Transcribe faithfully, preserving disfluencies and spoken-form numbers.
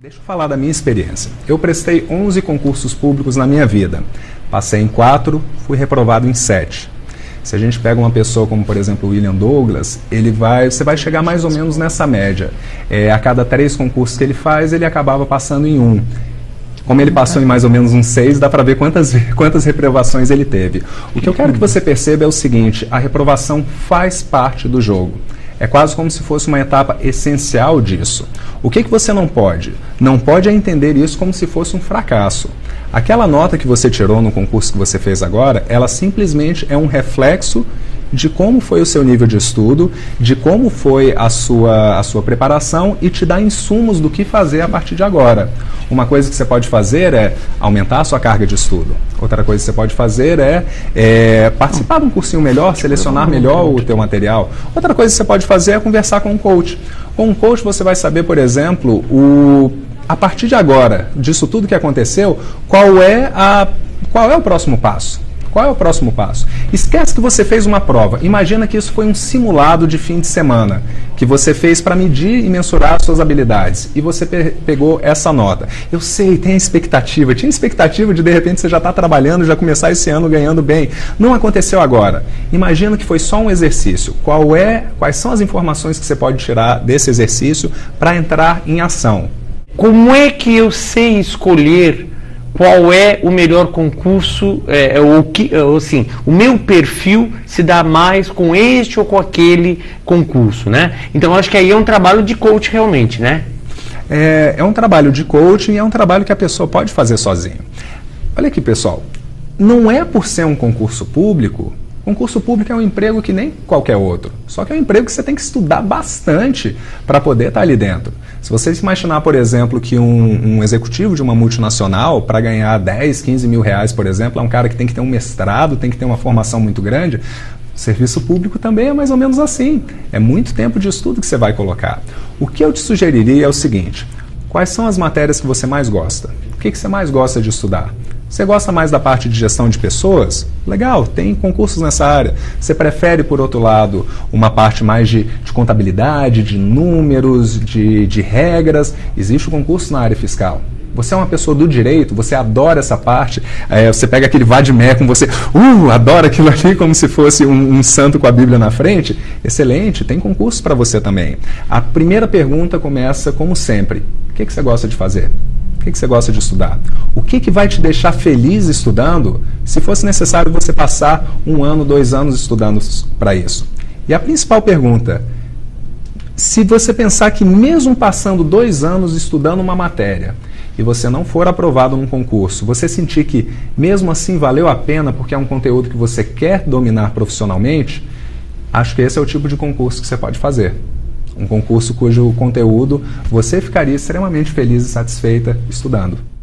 Deixa eu falar da minha experiência. Eu prestei onze concursos públicos na minha vida. Passei em quatro, fui reprovado em sete. Se a gente pega uma pessoa como, por exemplo, o William Douglas, ele vai, você vai chegar mais ou menos nessa média. É, a cada três concursos que ele faz, ele acabava passando em um. Como ele passou em mais ou menos uns seis, dá para ver quantas, quantas reprovações ele teve. O que eu quero que você perceba é o seguinte: a reprovação faz parte do jogo. É quase como se fosse uma etapa essencial disso. O que, que você não pode? Não pode é entender isso como se fosse um fracasso. Aquela nota que você tirou no concurso que você fez agora, ela simplesmente é um reflexo de como foi o seu nível de estudo, de como foi a sua, a sua preparação e te dá insumos do que fazer a partir de agora. Uma coisa que você pode fazer é aumentar a sua carga de estudo. Outra coisa que você pode fazer é, é participar de um cursinho melhor, selecionar melhor o teu material. Outra coisa que você pode fazer é conversar com um coach. Com um coach você vai saber, por exemplo, o, a partir de agora, disso tudo que aconteceu, qual é, a, qual é o próximo passo. Qual é o próximo passo? Esquece que você fez uma prova. Imagina que isso foi um simulado de fim de semana, que você fez para medir e mensurar suas habilidades. E você pe pegou essa nota. Eu sei, tem a expectativa. Tinha expectativa de, de repente, você já está trabalhando, já começar esse ano ganhando bem. Não aconteceu agora. Imagina que foi só um exercício. Qual é, quais são as informações que você pode tirar desse exercício para entrar em ação? Como é que eu sei escolher qual é o melhor concurso, é, ou que, assim, o meu perfil se dá mais com este ou com aquele concurso, né? Então, acho que aí é um trabalho de coach realmente, né? É, é um trabalho de coaching e é um trabalho que a pessoa pode fazer sozinha. Olha aqui, pessoal, não é por ser um concurso público. Concurso público é um emprego que nem qualquer outro, só que é um emprego que você tem que estudar bastante para poder estar ali dentro. Se você se imaginar, por exemplo, que um, um executivo de uma multinacional, para ganhar dez, quinze mil reais, por exemplo, é um cara que tem que ter um mestrado, tem que ter uma formação muito grande, o serviço público também é mais ou menos assim. É muito tempo de estudo que você vai colocar. O que eu te sugeriria é o seguinte: quais são as matérias que você mais gosta? O que, que você mais gosta de estudar? Você gosta mais da parte de gestão de pessoas? Legal, tem concursos nessa área. Você prefere, por outro lado, uma parte mais de, de contabilidade, de números, de, de regras? Existe o concurso na área fiscal. Você é uma pessoa do direito, você adora essa parte, é, você pega aquele vademecum, você uh, adora aquilo ali como se fosse um, um santo com a Bíblia na frente. Excelente, tem concurso para você também. A primeira pergunta começa, como sempre: o que, que você gosta de fazer? O que, que você gosta de estudar? O que, que vai te deixar feliz estudando, se fosse necessário você passar um ano, dois anos estudando para isso? E a principal pergunta: se você pensar que mesmo passando dois anos estudando uma matéria e você não for aprovado num concurso, você sentir que mesmo assim valeu a pena porque é um conteúdo que você quer dominar profissionalmente, acho que esse é o tipo de concurso que você pode fazer. Um concurso cujo conteúdo você ficaria extremamente feliz e satisfeita estudando.